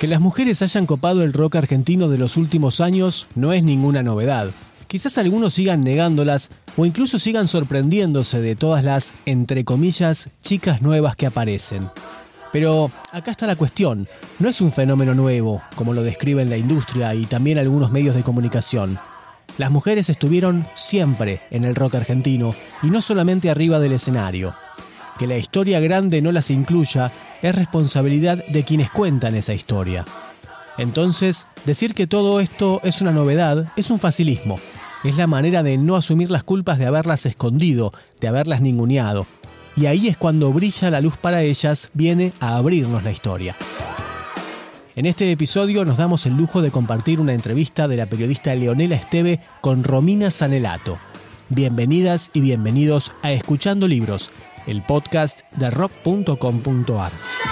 Que las mujeres hayan copado el rock argentino de los últimos años no es ninguna novedad. Quizás algunos sigan negándolas o incluso sigan sorprendiéndose de todas las, entre comillas, chicas nuevas que aparecen. Pero acá está la cuestión, no es un fenómeno nuevo, como lo describen la industria y también algunos medios de comunicación. Las mujeres estuvieron siempre en el rock argentino y no solamente arriba del escenario. Que la historia grande no las incluya es responsabilidad de quienes cuentan esa historia. Entonces, decir que todo esto es una novedad es un facilismo. Es la manera de no asumir las culpas de haberlas escondido, de haberlas ninguneado. Y ahí es cuando brilla la luz para ellas, viene a abrirnos la historia. En este episodio nos damos el lujo de compartir una entrevista de la periodista Leonela Esteve con Romina Sanelato. Bienvenidas y bienvenidos a Escuchando Libros, el podcast de rock.com.ar.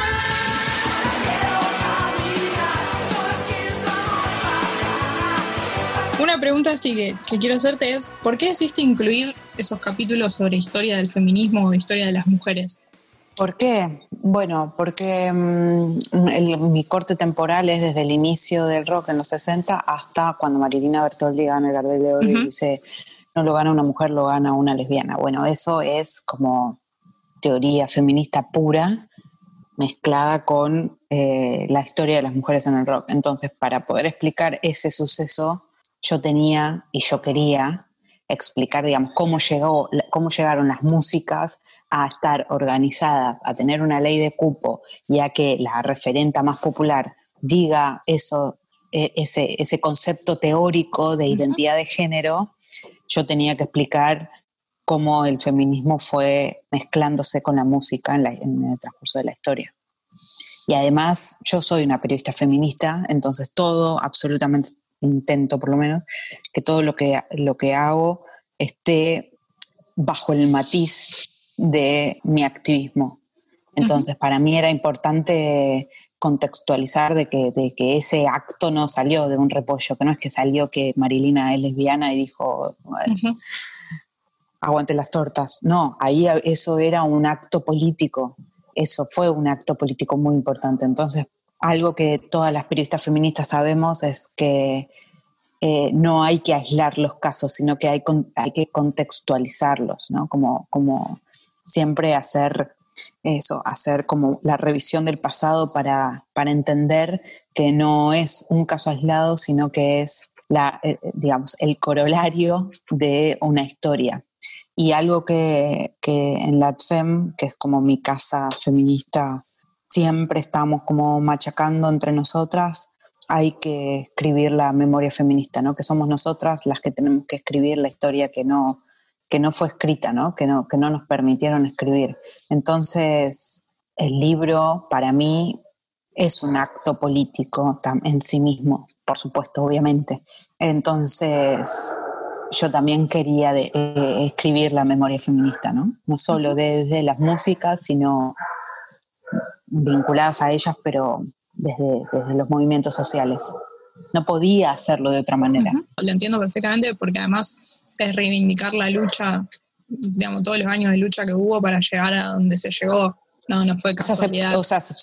Una pregunta así que quiero hacerte es, ¿por qué decidiste incluir esos capítulos sobre historia del feminismo o de historia de las mujeres? ¿Por qué? Bueno, porque mi corte temporal es desde el inicio del rock en los 60 hasta cuando Marilina Bertoldi gana el Gardel de Oro y dice, no lo gana una mujer, lo gana una lesbiana. Bueno, eso es como teoría feminista pura mezclada con la historia de las mujeres en el rock. Entonces, para poder explicar ese suceso, yo quería explicar, digamos, cómo llegaron las músicas a estar organizadas, a tener una ley de cupo y a que la referenta más popular diga eso, ese concepto teórico de identidad de género. Yo tenía que explicar cómo el feminismo fue mezclándose con la música en el transcurso de la historia. Y además, yo soy una periodista feminista, entonces absolutamente intento por lo menos, que todo lo que hago esté bajo el matiz de mi activismo. Entonces, para mí era importante contextualizar de que ese acto no salió de un repollo, que no es que salió que Marilina es lesbiana y dijo, aguante las tortas. No, ahí eso era un acto político. Eso fue un acto político muy importante. Entonces, algo que todas las periodistas feministas sabemos es que no hay que aislar los casos, sino que hay que contextualizarlos, ¿no? Como siempre hacer como la revisión del pasado para entender que no es un caso aislado, sino que es digamos, el corolario de una historia. Y algo que en LATFEM, que es como mi casa feminista, siempre estamos como machacando entre nosotras, hay que escribir la memoria feminista, ¿no? Que somos nosotras las que tenemos que escribir la historia que no fue escrita, ¿no? Que no nos permitieron escribir. Entonces, el libro para mí es un acto político en sí mismo, por supuesto, obviamente. Entonces, yo también quería escribir la memoria feminista, ¿no? No solo desde las músicas, sino vinculadas a ellas, pero desde los movimientos sociales. No podía hacerlo de otra manera. Lo entiendo perfectamente porque además es reivindicar la lucha, digamos, todos los años de lucha que hubo para llegar a donde se llegó. No fue casualidad.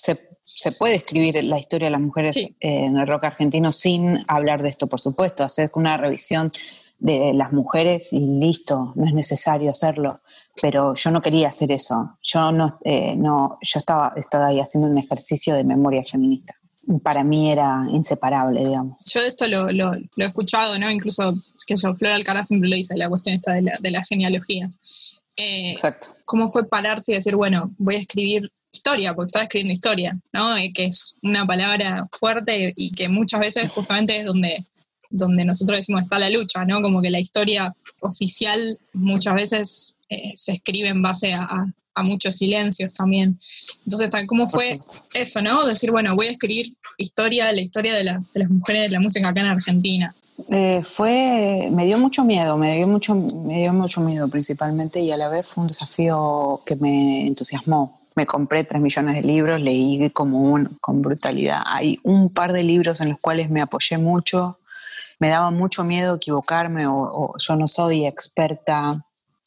Se puede escribir la historia de las mujeres en el rock argentino sin hablar de esto, por supuesto. Hacer una revisión de las mujeres y listo, no es necesario hacerlo. Pero yo no quería hacer eso. Yo estaba ahí haciendo un ejercicio de memoria feminista. Para mí era inseparable, digamos. Yo de esto lo he escuchado, ¿no? Incluso que Flor Alcaraz siempre lo dice, la cuestión esta de las genealogías. Exacto. ¿Cómo fue pararse y decir, bueno, voy a escribir historia, porque estaba escribiendo historia, ¿no? Que es una palabra fuerte y que muchas veces justamente es donde nosotros decimos está la lucha, ¿no? Como que la historia oficial muchas veces se escribe en base a muchos silencios también. Entonces, ¿cómo fue eso, no? Decir, bueno, voy a escribir la historia de las mujeres de la música acá en Argentina. Me dio mucho miedo principalmente, y a la vez fue un desafío que me entusiasmó. Me compré 3 millones de libros, leí con brutalidad. Hay un par de libros en los cuales me apoyé mucho. Me daba mucho miedo equivocarme o yo no soy experta,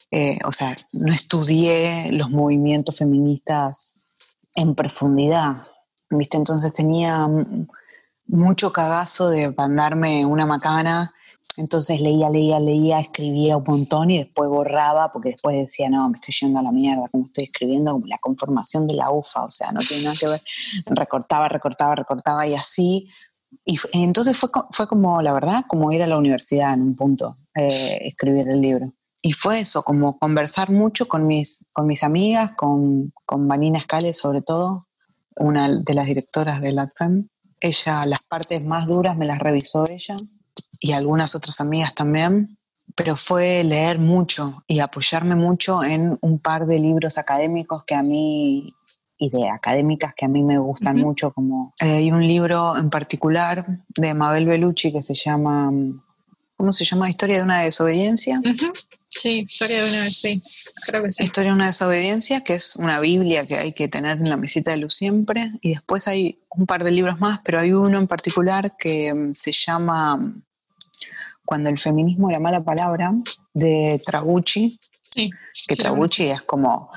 no estudié los movimientos feministas en profundidad, ¿viste? Entonces tenía mucho cagazo de mandarme una macana. Entonces leía, escribía un montón y después borraba, porque después decía, no, me estoy yendo a la mierda, como estoy escribiendo la conformación de la UFA, o sea, no tiene nada que ver. Recortaba y así. Y entonces fue como, la verdad, como ir a la universidad en un punto, escribir el libro. Y fue eso, como conversar mucho con mis amigas, con Vanina Scales sobre todo, una de las directoras de LATFEM. Ella, las partes más duras me las revisó ella, y algunas otras amigas también, pero fue leer mucho y apoyarme mucho en un par de libros académicos que a mí, y de académicas que a mí me gustan mucho, como hay un libro en particular de Mabel Bellucci que se llama, ¿cómo se llama? Historia de una desobediencia. Sí, historia de una, sí, creo que sí. Historia de una desobediencia, que es una Biblia que hay que tener en la mesita de luz siempre, y después hay un par de libros más, pero hay uno en particular que se llama Cuando el feminismo era mala palabra, de Trabucci, sí, que Trabucci es como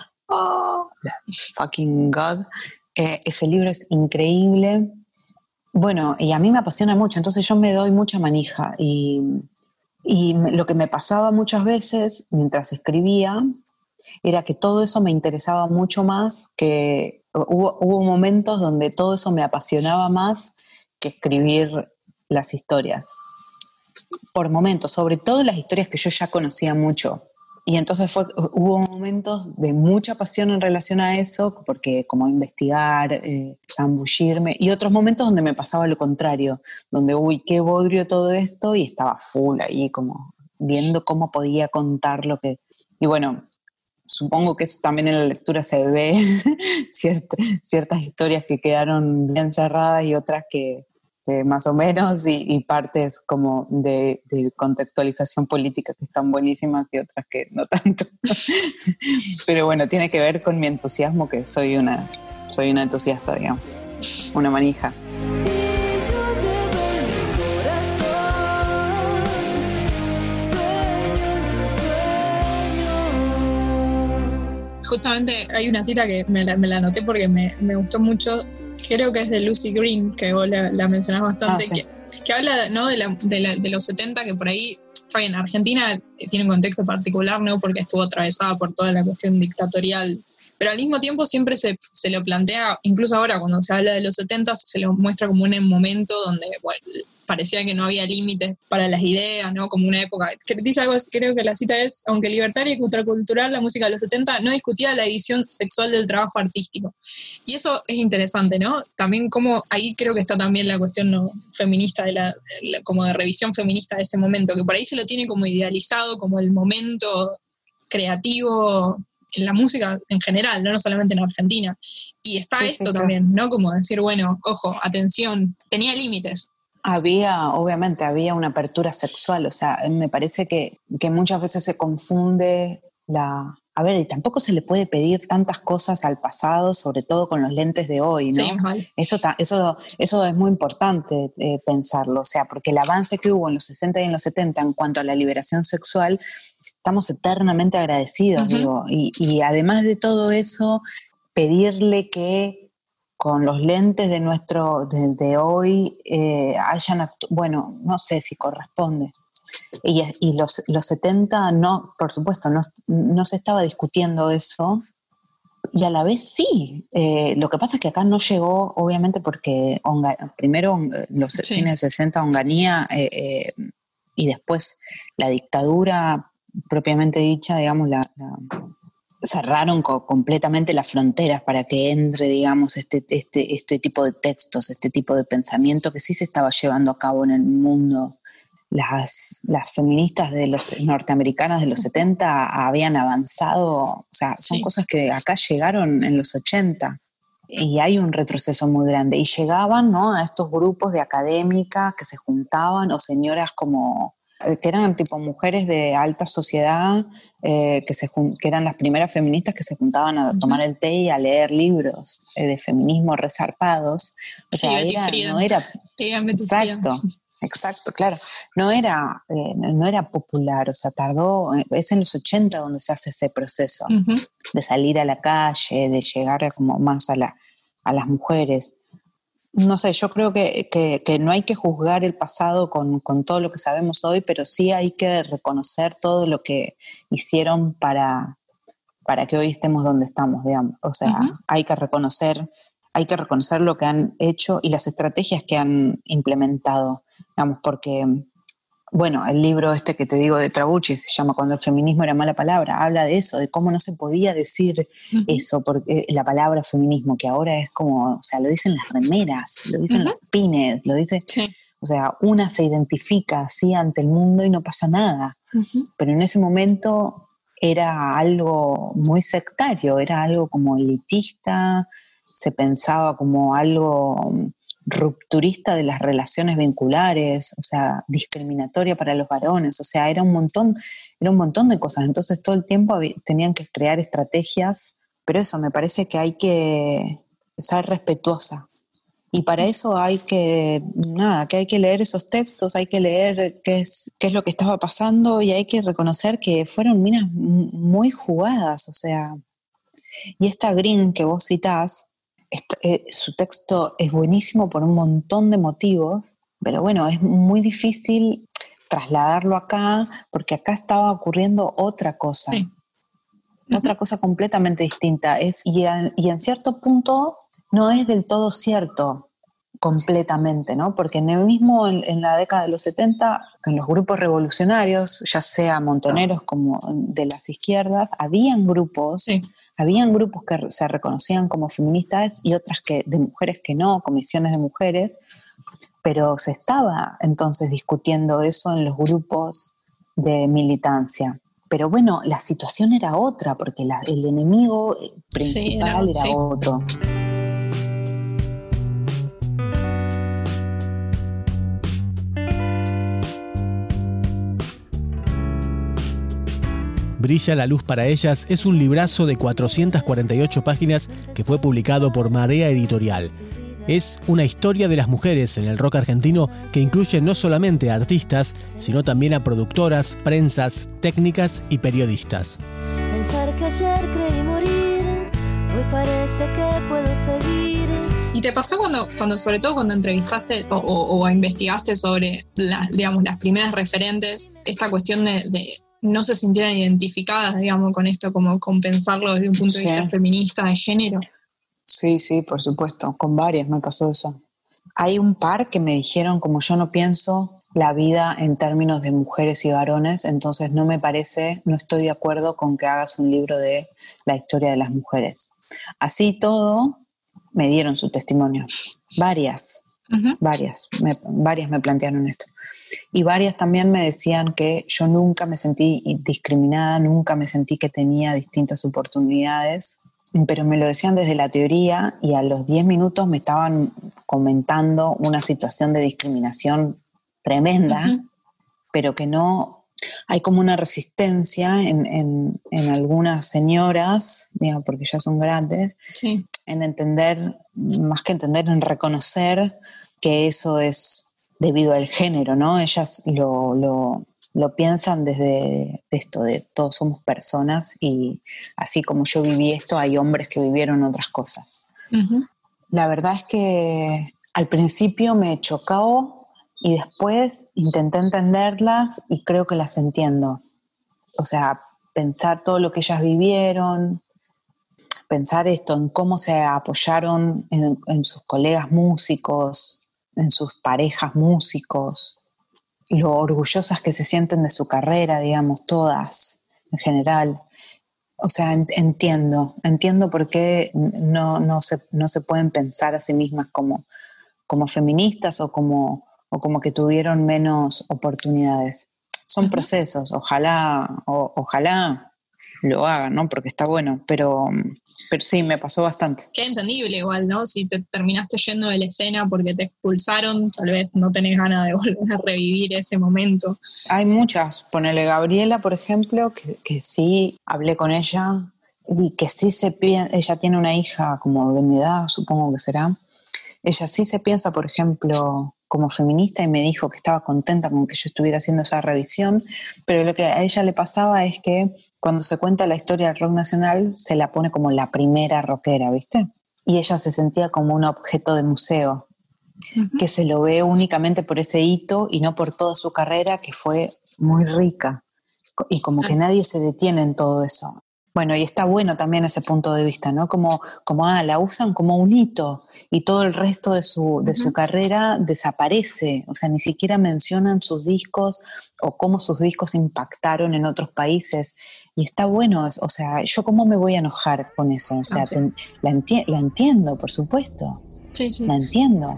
fucking God. Ese libro es increíble. Bueno, y a mí me apasiona mucho, entonces yo me doy mucha manija, y lo que me pasaba muchas veces mientras escribía era que todo eso me interesaba mucho más, que hubo momentos donde todo eso me apasionaba más que escribir las historias. Por momentos, sobre todo las historias que yo ya conocía mucho. Y entonces hubo momentos de mucha pasión en relación a eso, porque como investigar, zambullirme, y otros momentos donde me pasaba lo contrario, donde, uy, qué bodrio todo esto, y estaba full ahí, como viendo cómo podía contar lo que... Y bueno, supongo que eso también en la lectura se ve, ciertas historias que quedaron bien cerradas y otras que más o menos, y partes como de contextualización política que están buenísimas y otras que no tanto. Pero bueno, tiene que ver con mi entusiasmo, que soy una entusiasta, digamos, una manija. Justamente hay una cita que me la anoté porque me gustó mucho, creo que es de Lucy Green, que vos la mencionás bastante, sí. que habla, ¿no?, de los 70, que por ahí, en Argentina tiene un contexto particular, ¿no?, porque estuvo atravesada por toda la cuestión dictatorial, pero al mismo tiempo siempre se lo plantea, incluso ahora cuando se habla de los 70, se lo muestra como un momento donde, bueno, parecía que no había límites para las ideas, ¿no? Como una época, que dice algo, creo que la cita es: aunque libertaria y contracultural, la música de los 70 no discutía la división sexual del trabajo artístico. Y eso es interesante, ¿no? También como ahí creo que está también la cuestión, ¿no?, feminista, como de revisión feminista de ese momento, que por ahí se lo tiene como idealizado como el momento creativo en la música en general, no solamente en Argentina. Y está esto también, ¿no? Como decir, bueno, ojo, atención, tenía límites. Obviamente había una apertura sexual, o sea, me parece que muchas veces se confunde a ver, y tampoco se le puede pedir tantas cosas al pasado, sobre todo con los lentes de hoy, ¿no? Sí, eso es muy importante pensarlo, o sea, porque el avance que hubo en los 60 y en los 70 en cuanto a la liberación sexual, estamos eternamente agradecidos, digo, y además de todo eso, pedirle que con los lentes de hoy bueno, no sé si corresponde. Y los 70, no, por supuesto, no se estaba discutiendo eso, y a la vez sí. Lo que pasa es que acá no llegó, obviamente, porque primero los fines de 60, Onganía, y después la dictadura propiamente dicha, digamos, cerraron completamente las fronteras para que entre, digamos, este tipo de textos, este tipo de pensamiento que sí se estaba llevando a cabo en el mundo. Las feministas norteamericanas de los 70 habían avanzado, o sea, son cosas que acá llegaron en los 80, y hay un retroceso muy grande, y llegaban, ¿no?, a estos grupos de académicas que se juntaban, o señoras como que eran tipo mujeres de alta sociedad, que eran las primeras feministas que se juntaban a tomar el té y a leer libros de feminismo resarpados. O sea, no era... Exacto, claro. No era popular, o sea, tardó, es en los 80 donde se hace ese proceso de salir a la calle, de llegar como más a las mujeres. No sé, yo creo que no hay que juzgar el pasado con todo lo que sabemos hoy, pero sí hay que reconocer todo lo que hicieron para que hoy estemos donde estamos, digamos. O sea, hay que reconocer lo que han hecho y las estrategias que han implementado, digamos, porque, bueno, el libro este que te digo de Trabucci se llama Cuando el feminismo era mala palabra, habla de eso, de cómo no se podía decir eso, porque la palabra feminismo, que ahora es como, o sea, lo dicen las remeras, lo dicen los pines, lo dice, o sea, una se identifica así ante el mundo y no pasa nada, pero en ese momento era algo muy sectario, era algo como elitista, se pensaba como algo rupturista de las relaciones vinculares, o sea, discriminatoria para los varones, o sea, era un montón de cosas. Entonces todo el tiempo tenían que crear estrategias, pero eso, me parece que hay que ser respetuosa. Y para eso hay que leer esos textos, hay que leer qué es lo que estaba pasando y hay que reconocer que fueron minas muy jugadas, o sea. Y esta Green que vos citás, su texto es buenísimo por un montón de motivos, pero bueno, es muy difícil trasladarlo acá porque acá estaba ocurriendo otra cosa, otra cosa completamente distinta. Y en cierto punto no es del todo cierto completamente, ¿no? Porque en la década de los 70, en los grupos revolucionarios, ya sea montoneros como de las izquierdas, habían grupos que se reconocían como feministas y otras de mujeres que no, comisiones de mujeres, pero se estaba entonces discutiendo eso en los grupos de militancia. Pero bueno, la situación era otra, porque el enemigo principal era otro. Brilla la luz para ellas es un librazo de 448 páginas que fue publicado por Marea Editorial. Es una historia de las mujeres en el rock argentino que incluye no solamente a artistas, sino también a productoras, prensas, técnicas y periodistas. Pensar que ayer creí morir, hoy parece que puedo seguir. ¿Y te pasó sobre todo cuando entrevistaste o investigaste sobre las primeras referentes, esta cuestión de no se sintieran identificadas, digamos, con esto, como compensarlo desde un punto de vista feminista, de género? Sí, por supuesto, con varias me pasó eso. Hay un par que me dijeron, como yo no pienso la vida en términos de mujeres y varones, entonces no estoy de acuerdo con que hagas un libro de la historia de las mujeres. Así todo, me dieron su testimonio. Varias me plantearon esto. Y varias también me decían que yo nunca me sentí discriminada, nunca me sentí que tenía distintas oportunidades, pero me lo decían desde la teoría y a los 10 minutos me estaban comentando una situación de discriminación tremenda, pero que no, hay como una resistencia en algunas señoras, digamos, porque ya son grandes, en entender, más que entender, en reconocer que eso es debido al género, ¿no? Ellas lo piensan desde esto de todos somos personas y así como yo viví esto, hay hombres que vivieron otras cosas. La verdad es que al principio me chocó y después intenté entenderlas y creo que las entiendo. O sea, pensar todo lo que ellas vivieron, pensar esto en cómo se apoyaron en sus colegas músicos, en sus parejas músicos, lo orgullosas que se sienten de su carrera, digamos, todas, en general. O sea, entiendo por qué no se pueden pensar a sí mismas como feministas o como que tuvieron menos oportunidades. Son procesos, ojalá lo hagan, ¿no? Porque está bueno, pero sí, me pasó bastante. Qué entendible igual, ¿no? Si te terminaste yendo de la escena porque te expulsaron, tal vez no tenés ganas de volver a revivir ese momento. Hay muchas, ponele Gabriela, por ejemplo, que sí hablé con ella y que sí ella tiene una hija como de mi edad, supongo que será. Ella sí se piensa, por ejemplo, como feminista y me dijo que estaba contenta con que yo estuviera haciendo esa revisión, pero lo que a ella le pasaba es que cuando se cuenta la historia del rock nacional se la pone como la primera rockera, ¿viste? Y ella se sentía como un objeto de museo. que se lo ve únicamente por ese hito y no por toda su carrera, que fue muy rica. Y como que nadie se detiene en todo eso. Bueno, y está bueno también ese punto de vista, ¿no? Como la usan como un hito y todo el resto de su carrera desaparece. O sea, ni siquiera mencionan sus discos o cómo sus discos impactaron en otros países. Y está bueno, o sea, ¿yo cómo me voy a enojar con eso? O sea, la entiendo, por supuesto. Sí, sí. La entiendo.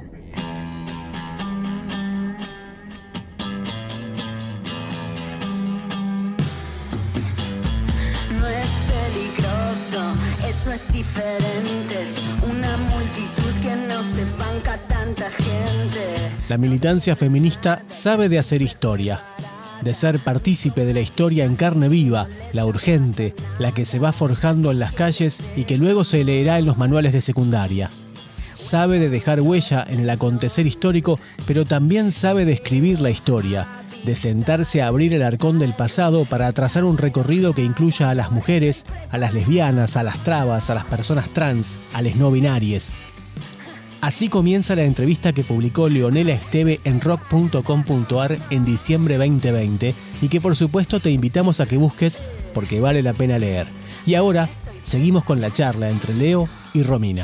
Eso es diferente, es una multitud que no se banca tanta gente. La militancia feminista sabe de hacer historia, de ser partícipe de la historia en carne viva, la urgente, la que se va forjando en las calles y que luego se leerá en los manuales de secundaria. Sabe de dejar huella en el acontecer histórico, pero también sabe de escribir la historia, de sentarse a abrir el arcón del pasado para trazar un recorrido que incluya a las mujeres, a las lesbianas, a las trabas, a las personas trans, a las no binarias. Así comienza la entrevista que publicó Leonela Esteve en rock.com.ar en diciembre 2020 y que por supuesto te invitamos a que busques porque vale la pena leer. Y ahora seguimos con la charla entre Leo y Romina.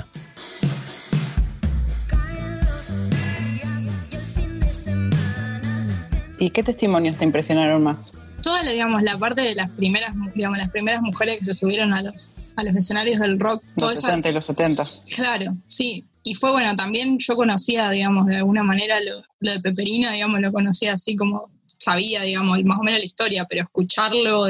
¿Y qué testimonios te impresionaron más? Toda la parte de las primeras mujeres que se subieron a los escenarios del rock. Los 60 y los 70. Claro, sí. Y fue bueno, también yo conocía, de alguna manera lo de Peperina, lo conocía así como sabía, más o menos la historia, pero escucharlo,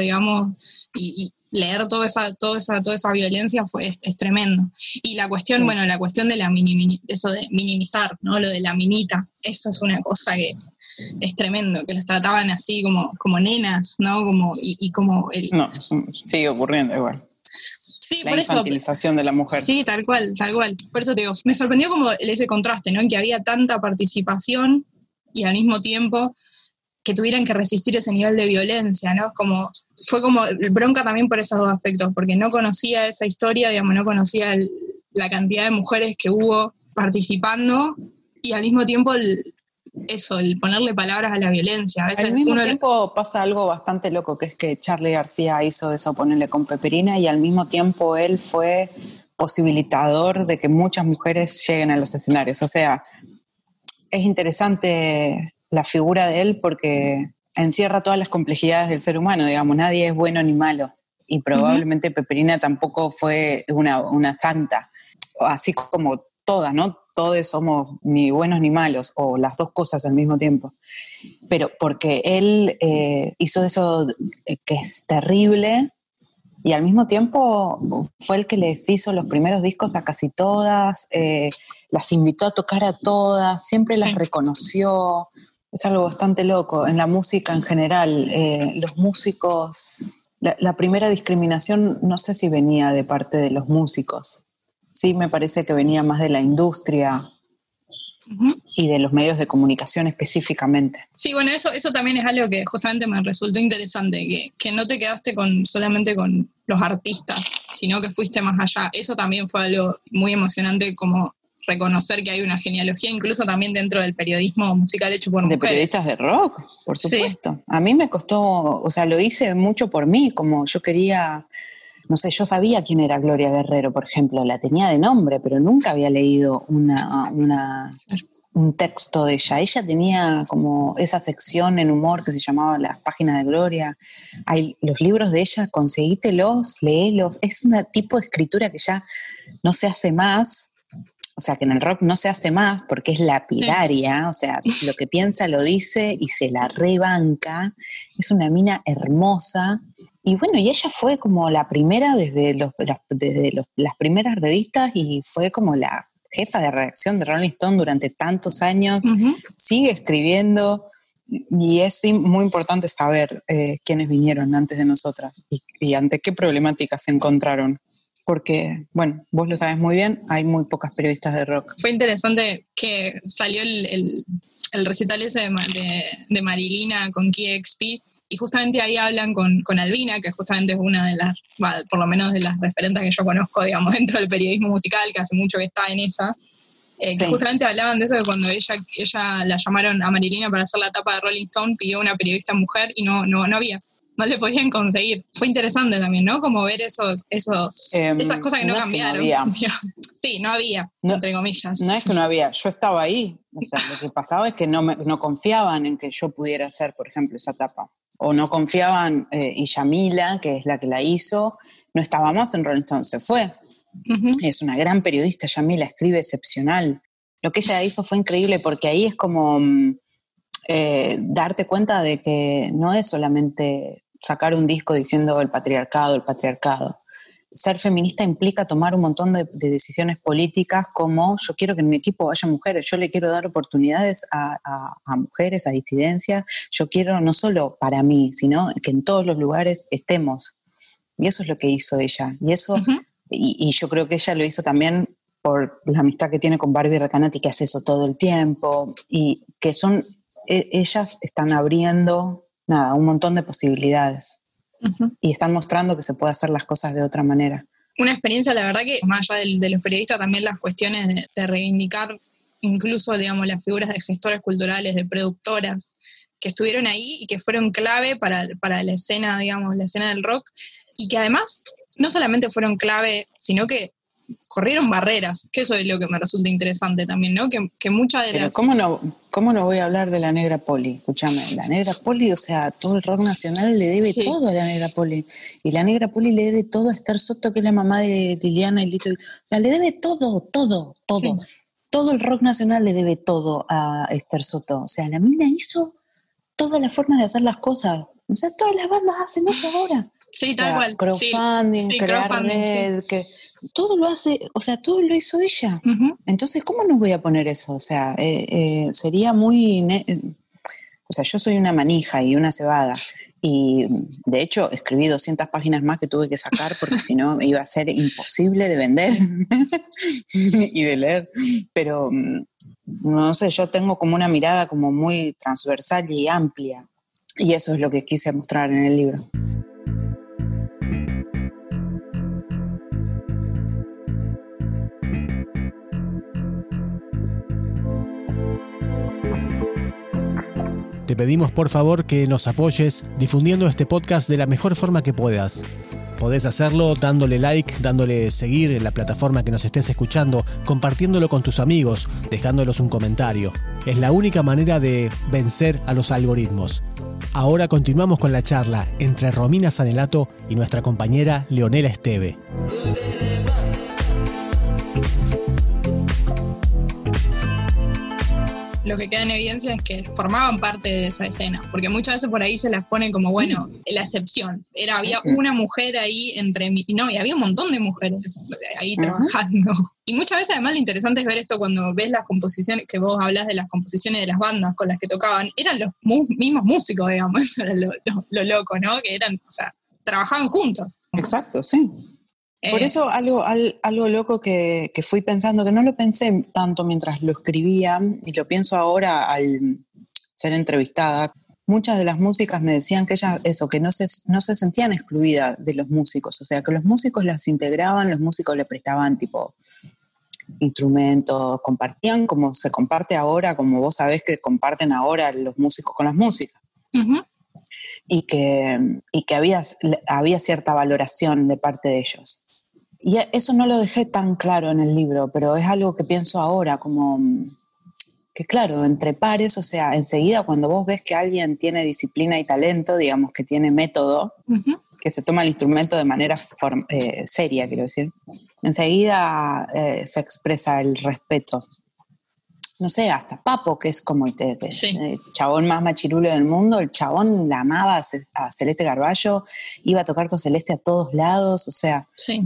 y leer toda esa violencia es tremendo. Y la cuestión, sí. La cuestión de eso de minimizar, ¿no? Lo de la minita, eso es una cosa que es tremendo, que los trataban así como nenas, ¿no? No, sigue ocurriendo igual. Sí, la por infantilización de la mujer. Sí, tal cual. Por eso te digo, me sorprendió como ese contraste, ¿no? En que había tanta participación y al mismo tiempo que tuvieran que resistir ese nivel de violencia, ¿no? Fue como bronca también por esos dos aspectos, porque no conocía esa historia, no conocía la cantidad de mujeres que hubo participando y al mismo tiempo el ponerle palabras a la violencia. A veces al mismo tiempo pasa algo bastante loco, que es que Charly García hizo eso, ponerle con Peperina, y al mismo tiempo él fue posibilitador de que muchas mujeres lleguen a los escenarios. O sea, es interesante la figura de él porque encierra todas las complejidades del ser humano, nadie es bueno ni malo, y probablemente Peperina tampoco fue una santa, así como todas, ¿no? Todos somos ni buenos ni malos, o las dos cosas al mismo tiempo. Pero porque él hizo eso que es terrible, y al mismo tiempo fue el que les hizo los primeros discos a casi todas, las invitó a tocar a todas, siempre las reconoció. Es algo bastante loco. En la música en general, los músicos, la primera discriminación no sé si venía de parte de los músicos. Sí, me parece que venía más de la industria y de los medios de comunicación específicamente. Sí, bueno, eso también es algo que justamente me resultó interesante, que no te quedaste solamente con los artistas, sino que fuiste más allá. Eso también fue algo muy emocionante, como reconocer que hay una genealogía incluso también dentro del periodismo musical hecho por mujeres. De periodistas de rock, por supuesto. Sí. A mí me costó, lo hice mucho por mí, como yo quería... No sé, yo sabía quién era Gloria Guerrero, por ejemplo, la tenía de nombre, pero nunca había leído un texto de ella. Ella tenía como esa sección en humor que se llamaba Las Páginas de Gloria. Los libros de ella, conseguítelos, léelos. Es un tipo de escritura que ya no se hace más, o sea, que en el rock no se hace más porque es lapidaria, o sea, lo que piensa lo dice y se la rebanca. Es una mina hermosa. Y bueno, y ella fue como la primera desde las primeras revistas, y fue como la jefa de redacción de Rolling Stone durante tantos años. Sigue escribiendo, y es muy importante saber quiénes vinieron antes de nosotras y ante qué problemáticas se encontraron. Porque, bueno, vos lo sabes muy bien, hay muy pocas periodistas de rock. Fue interesante que salió el recital ese de Marilina con KXP, y justamente ahí hablan con Albina, que justamente es una de las, por lo menos de las referentes que yo conozco, dentro del periodismo musical, que hace mucho que está en esa. que justamente hablaban de eso, de cuando ella la llamaron a Marilina para hacer la tapa de Rolling Stone, pidió una periodista mujer y no había. No le podían conseguir. Fue interesante también, ¿no? Como ver esas cosas que no cambiaron. Que no había. Sí, no había, entre comillas. No es que no había, yo estaba ahí. O sea, lo que pasaba es que no confiaban en que yo pudiera hacer, por ejemplo, esa tapa. O no confiaban, y Yamila, que es la que la hizo, no estaba más en Rolling Stone, se fue. Uh-huh. Es una gran periodista, Yamila, escribe excepcional. Lo que ella hizo fue increíble porque ahí es como darte cuenta de que no es solamente sacar un disco diciendo el patriarcado. Ser feminista implica tomar un montón de decisiones políticas, como yo quiero que en mi equipo haya mujeres, yo le quiero dar oportunidades a mujeres, a disidencias, yo quiero no solo para mí, sino que en todos los lugares estemos. Y eso es lo que hizo ella. Y eso, uh-huh. y yo creo que ella lo hizo también por la amistad que tiene con Barbie Recanati, que hace eso todo el tiempo, y que ellas están abriendo un montón de posibilidades. Uh-huh. Y están mostrando que se puede hacer las cosas de otra manera. Una experiencia, la verdad, que más allá de los periodistas, también las cuestiones de reivindicar incluso, digamos, las figuras de gestoras culturales, de productoras, que estuvieron ahí y que fueron clave para la escena, digamos, la escena del rock, y que además no solamente fueron clave, sino que corrieron barreras, que eso es lo que me resulta interesante también, ¿no? Que muchas de las... ¿Cómo no voy a hablar de la Negra Poli? Escúchame, la Negra Poli, o sea, todo el rock nacional le debe todo a la Negra Poli. Y la Negra Poli le debe todo a Esther Soto, que es la mamá de Liliana y Lito. O sea, le debe todo. Sí. Todo el rock nacional le debe todo a Esther Soto. O sea, la mina hizo todas las formas de hacer las cosas. O sea, todas las bandas hacen eso ahora. Sí, tal cual. Crowdfunding, crear red, que todo lo hace, o sea, todo lo hizo ella. Uh-huh. Entonces, ¿cómo no voy a poner eso? O sea, sería muy... O sea, yo soy una manija y una cebada. Y, de hecho, escribí 200 páginas más que tuve que sacar porque si no iba a ser imposible de vender y de leer. Pero, no sé, yo tengo como una mirada como muy transversal y amplia. Y eso es lo que quise mostrar en el libro. Te pedimos por favor que nos apoyes difundiendo este podcast de la mejor forma que puedas. Podés hacerlo dándole like, dándole seguir en la plataforma que nos estés escuchando, compartiéndolo con tus amigos, dejándolos un comentario. Es la única manera de vencer a los algoritmos. Ahora continuamos con la charla entre Romina Sanelato y nuestra compañera Leonela Esteve. Lo que queda en evidencia es que formaban parte de esa escena, porque muchas veces por ahí se las pone como, bueno, la excepción. Había una mujer ahí y había un montón de mujeres ahí trabajando. Y muchas veces además lo interesante es ver esto cuando ves las composiciones, que vos hablas de las composiciones de las bandas con las que tocaban, eran los mismos músicos, digamos, eso era lo loco, ¿no? Que eran, o sea, trabajaban juntos. Exacto, sí. Por eso algo loco que fui pensando, que no lo pensé tanto mientras lo escribía, y lo pienso ahora al ser entrevistada. Muchas de las músicas me decían que ellas, que no se sentían excluidas de los músicos, o sea, que los músicos las integraban, los músicos le prestaban tipo instrumentos, compartían como se comparte ahora, como vos sabés que comparten ahora los músicos con las músicas. Uh-huh. Y que había cierta valoración de parte de ellos. Y eso no lo dejé tan claro en el libro, pero es algo que pienso ahora, como que claro, entre pares, o sea, enseguida cuando vos ves que alguien tiene disciplina y talento, digamos que tiene método, uh-huh. que se toma el instrumento de manera seria, quiero decir, enseguida se expresa el respeto. No sé, hasta Papo, que es como el chabón más machirulo del mundo, el chabón la amaba a Celeste Garballo, iba a tocar con Celeste a todos lados, o sea... Sí.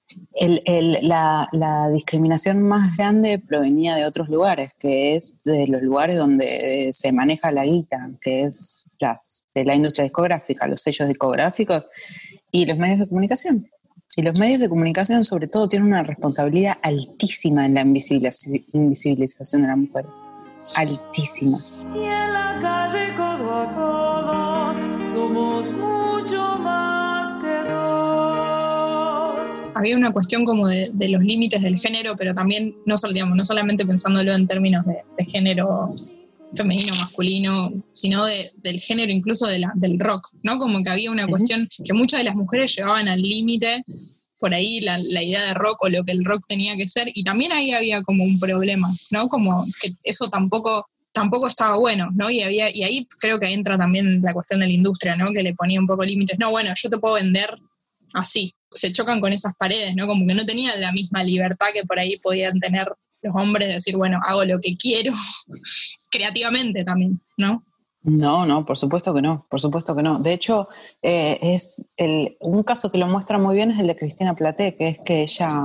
La discriminación más grande provenía de otros lugares, que es de los lugares donde se maneja la guita, que es de la industria discográfica, los sellos discográficos y los medios de comunicación. Y los medios de comunicación, sobre todo, tienen una responsabilidad altísima en la invisibilización de la mujer. Altísima. Y en la calle codo a codo somos mucho más que dos. había una cuestión como de los límites del género, pero también no solamente pensándolo en términos de género femenino, masculino, sino del género incluso del rock, ¿no? Como que había una cuestión que muchas de las mujeres llevaban al límite por ahí la idea de rock o lo que el rock tenía que ser, y también ahí había como un problema, ¿no? Como que eso tampoco estaba bueno, ¿no? Y ahí creo que entra también la cuestión de la industria, ¿no? Que le ponía un poco límites. No, bueno, yo te puedo vender así. Se chocan con esas paredes, ¿no? Como que no tenían la misma libertad que por ahí podían tener los hombres de decir, bueno, hago lo que quiero, creativamente también, ¿no? No, por supuesto que no, por supuesto que no. De hecho, un caso que lo muestra muy bien es el de Cristina Platé, que es que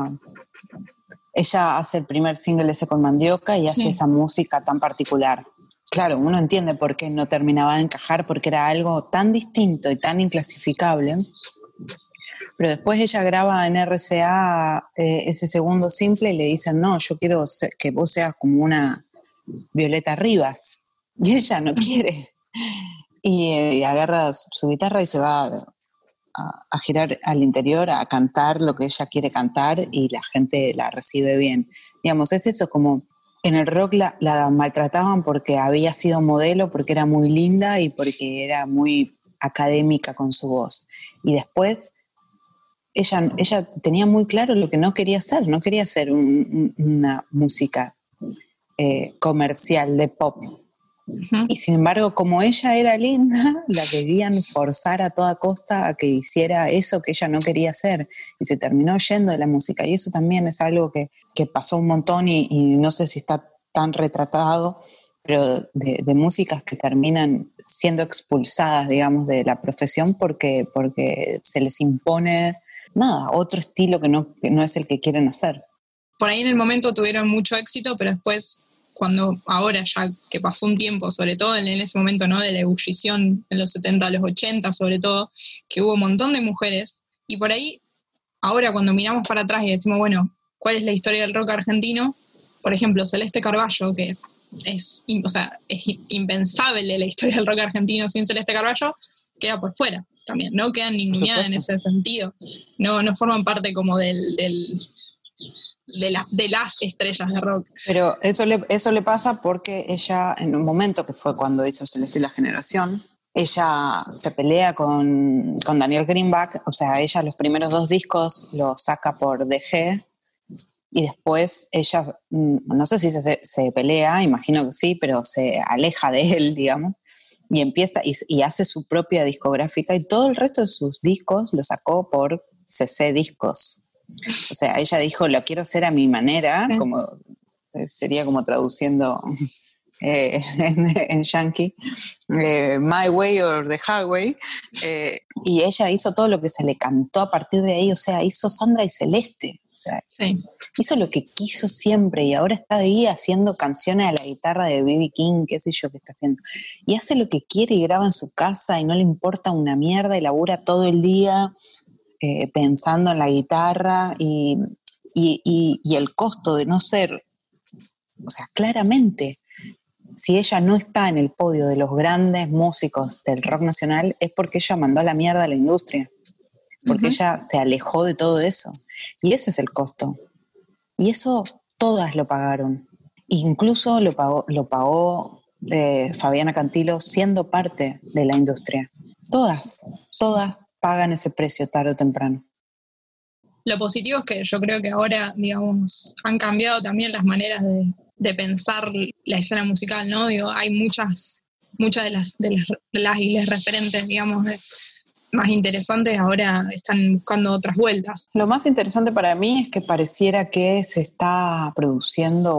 ella hace el primer single ese con Mandioca y hace esa música tan particular. Claro, uno entiende por qué no terminaba de encajar, porque era algo tan distinto y tan inclasificable. Pero después ella graba en RCA ese segundo simple y le dicen, no, yo quiero que vos seas como una Violeta Rivas. Y ella no quiere. Y agarra su guitarra y se va a girar al interior, a cantar lo que ella quiere cantar, y la gente la recibe bien. Digamos, es eso, como en el rock la maltrataban porque había sido modelo, porque era muy linda y porque era muy académica con su voz. Y después ella tenía muy claro lo que no quería hacer. No quería hacer una música comercial de pop. Y sin embargo, como ella era linda, la querían forzar a toda costa a que hiciera eso que ella no quería hacer, y se terminó yendo de la música. Y eso también es algo que pasó un montón, y no sé si está tan retratado, pero de músicas que terminan siendo expulsadas, digamos, de la profesión porque se les impone otro estilo que no es el que quieren hacer. Por ahí en el momento tuvieron mucho éxito, pero después, ahora ya que pasó un tiempo, sobre todo en ese momento, ¿no? De la ebullición en los 70, los 80 sobre todo, que hubo un montón de mujeres, y por ahí, ahora cuando miramos para atrás y decimos, bueno, ¿cuál es la historia del rock argentino? Por ejemplo, Celeste Carballo, que es impensable la historia del rock argentino sin Celeste Carballo, queda por fuera también, ¿no? Quedan ninguneadas en ese sentido. No forman parte como de las estrellas de rock. Pero eso le pasa porque ella, en un momento que fue cuando hizo Celeste y la Generación, ella se pelea con Daniel Greenback. O sea, ella los primeros 2 discos los saca por DG, y después ella, no sé si se pelea, imagino que sí, pero se aleja de él, digamos, y empieza y hace su propia discográfica, y todo el resto de sus discos lo sacó por CC Discos. O sea, ella dijo, lo quiero hacer a mi manera, como sería como traduciendo en yankee, My Way or the Highway, y ella hizo todo lo que se le cantó a partir de ahí. O sea, hizo Sandra y Celeste, o sea, hizo lo que quiso siempre, y ahora está ahí haciendo canciones a la guitarra de B.B. King, qué sé yo qué está haciendo, y hace lo que quiere y graba en su casa y no le importa una mierda, y labura todo el día pensando en la guitarra, y el costo de no ser, o sea, claramente, si ella no está en el podio de los grandes músicos del rock nacional, es porque ella mandó a la mierda a la industria, porque ella se alejó de todo eso, y ese es el costo, y eso todas lo pagaron, incluso lo pagó Fabiana Cantilo siendo parte de la industria. Todas pagan ese precio tarde o temprano. Lo positivo es que yo creo que ahora, digamos, han cambiado también las maneras de pensar la escena musical, ¿no? Digo, hay muchas de las referentes, digamos, más interesantes ahora están buscando otras vueltas. Lo más interesante para mí es que pareciera que se está produciendo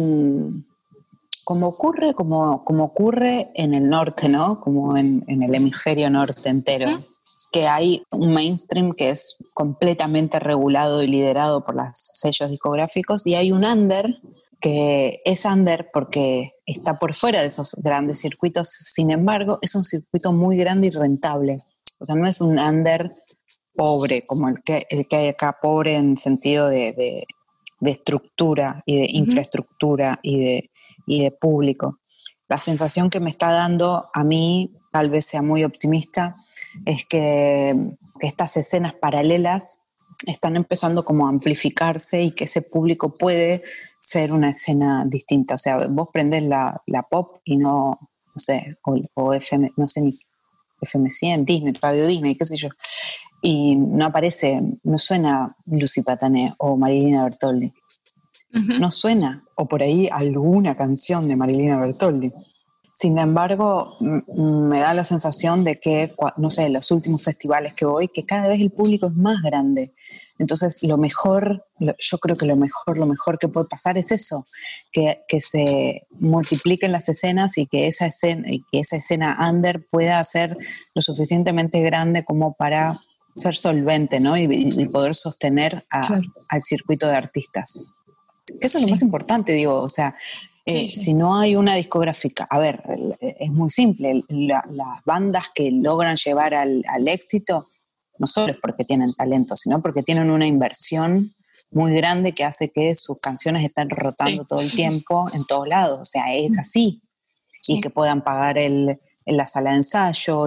como ocurre en el norte, ¿no? Como en el hemisferio norte entero, que hay un mainstream que es completamente regulado y liderado por los sellos discográficos, y hay un under que es under porque está por fuera de esos grandes circuitos. Sin embargo, es un circuito muy grande y rentable. O sea, no es un under pobre como el que hay acá, pobre en sentido de estructura y de infraestructura y de público. La sensación que me está dando a mí, tal vez sea muy optimista, es que estas escenas paralelas están empezando como a amplificarse y que ese público puede ser una escena distinta. O sea, vos prendés la pop y no sé, o FM, no sé ni FM100, Disney, Radio Disney, qué sé yo, y no suena Lucy Patané o Marilina Bertoldi. Uh-huh. No suena, o por ahí alguna canción de Marilina Bertoldi. Sin embargo, me da la sensación de que, no sé, los últimos festivales que voy, que cada vez el público es más grande. Entonces, yo creo que lo mejor que puede pasar es eso, que se multipliquen las escenas y que esa escena under pueda ser lo suficientemente grande como para ser solvente, ¿no? Y poder sostener al circuito de artistas. Que eso es lo más importante, digo, o sea, si no hay una discográfica, a ver, es muy simple, las bandas que logran llevar al éxito, no solo es porque tienen talento, sino porque tienen una inversión muy grande que hace que sus canciones estén rotando todo el tiempo en todos lados, o sea, es así, y que puedan pagar la sala de ensayo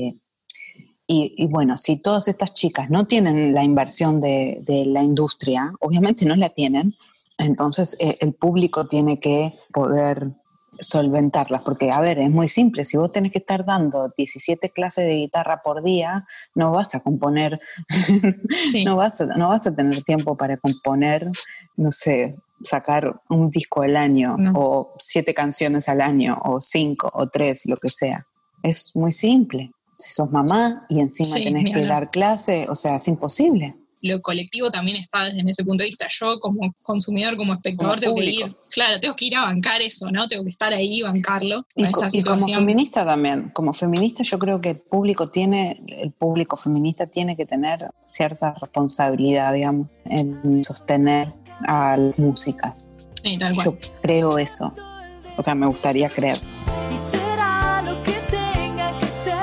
y bueno, si todas estas chicas no tienen la inversión de la industria, obviamente no la tienen, entonces el público tiene que poder solventarlas, porque a ver, es muy simple, si vos tenés que estar dando 17 clases de guitarra por día, no vas a componer, no vas a tener tiempo para componer, no sé, sacar un disco al año, o 7 canciones al año, o 5, o 3, lo que sea. Es muy simple. Si sos mamá y encima tenés que dar clase, o sea, es imposible. Lo colectivo también está desde ese punto de vista. Yo como consumidor, como espectador, tengo que ir a bancar eso, ¿no? Tengo que estar ahí y bancarlo. Y como feminista también. Como feminista yo creo que el público feminista tiene que tener cierta responsabilidad, digamos, en sostener a las músicas. Sí, tal cual. Yo creo eso. O sea, me gustaría creer. Y será lo que tenga que ser.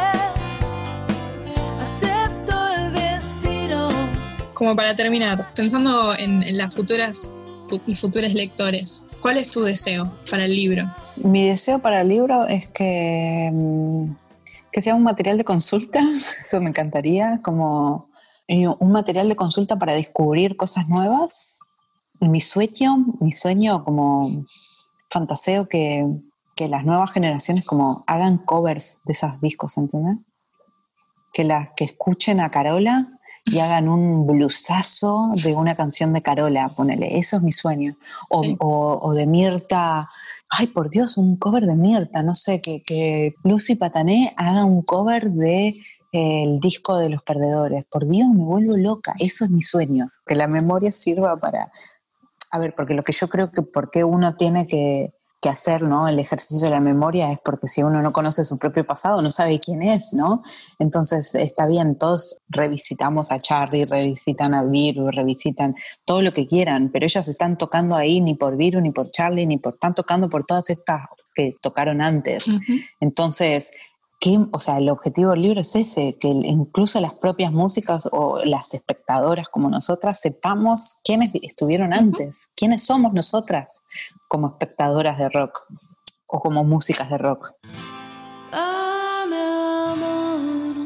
Como para terminar, pensando en las futuras y futuros lectores, ¿cuál es tu deseo para el libro? Mi deseo para el libro es que sea un material de consulta, eso me encantaría, como un material de consulta para descubrir cosas nuevas. Mi sueño como fantaseo que las nuevas generaciones como hagan covers de esos discos, ¿entendés? Que escuchen a Carola y hagan un blusazo de una canción de Carola, ponele, eso es mi sueño. O de Mirta, ay por Dios, un cover de Mirta, no sé, que Lucy Patané haga un cover de el disco de Los Perdedores. Por Dios, me vuelvo loca, eso es mi sueño, que la memoria sirva para... A ver, porque lo que yo creo que por qué uno tiene que hacer, ¿no? El ejercicio de la memoria es porque si uno no conoce su propio pasado, no sabe quién es, ¿no? Entonces está bien, todos revisitamos a Charly, revisitan a Viru, revisitan todo lo que quieran, pero ellas están tocando ahí ni por Viru, ni por Charly, están tocando por todas estas que tocaron antes. Uh-huh. Entonces, el objetivo del libro es ese, que incluso las propias músicas o las espectadoras como nosotras sepamos quiénes estuvieron antes, quiénes somos nosotras como espectadoras de rock o como músicas de rock. Dame amor,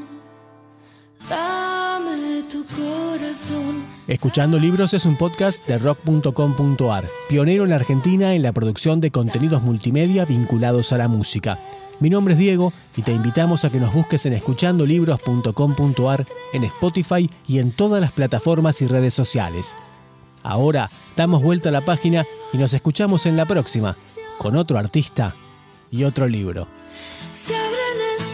dame tu corazón. Escuchando Libros es un podcast de rock.com.ar, pionero en Argentina en la producción de contenidos multimedia vinculados a la música. Mi nombre es Diego y te invitamos a que nos busques en escuchandolibros.com.ar, en Spotify y en todas las plataformas y redes sociales. Ahora damos vuelta a la página y nos escuchamos en la próxima, con otro artista y otro libro. Se abren el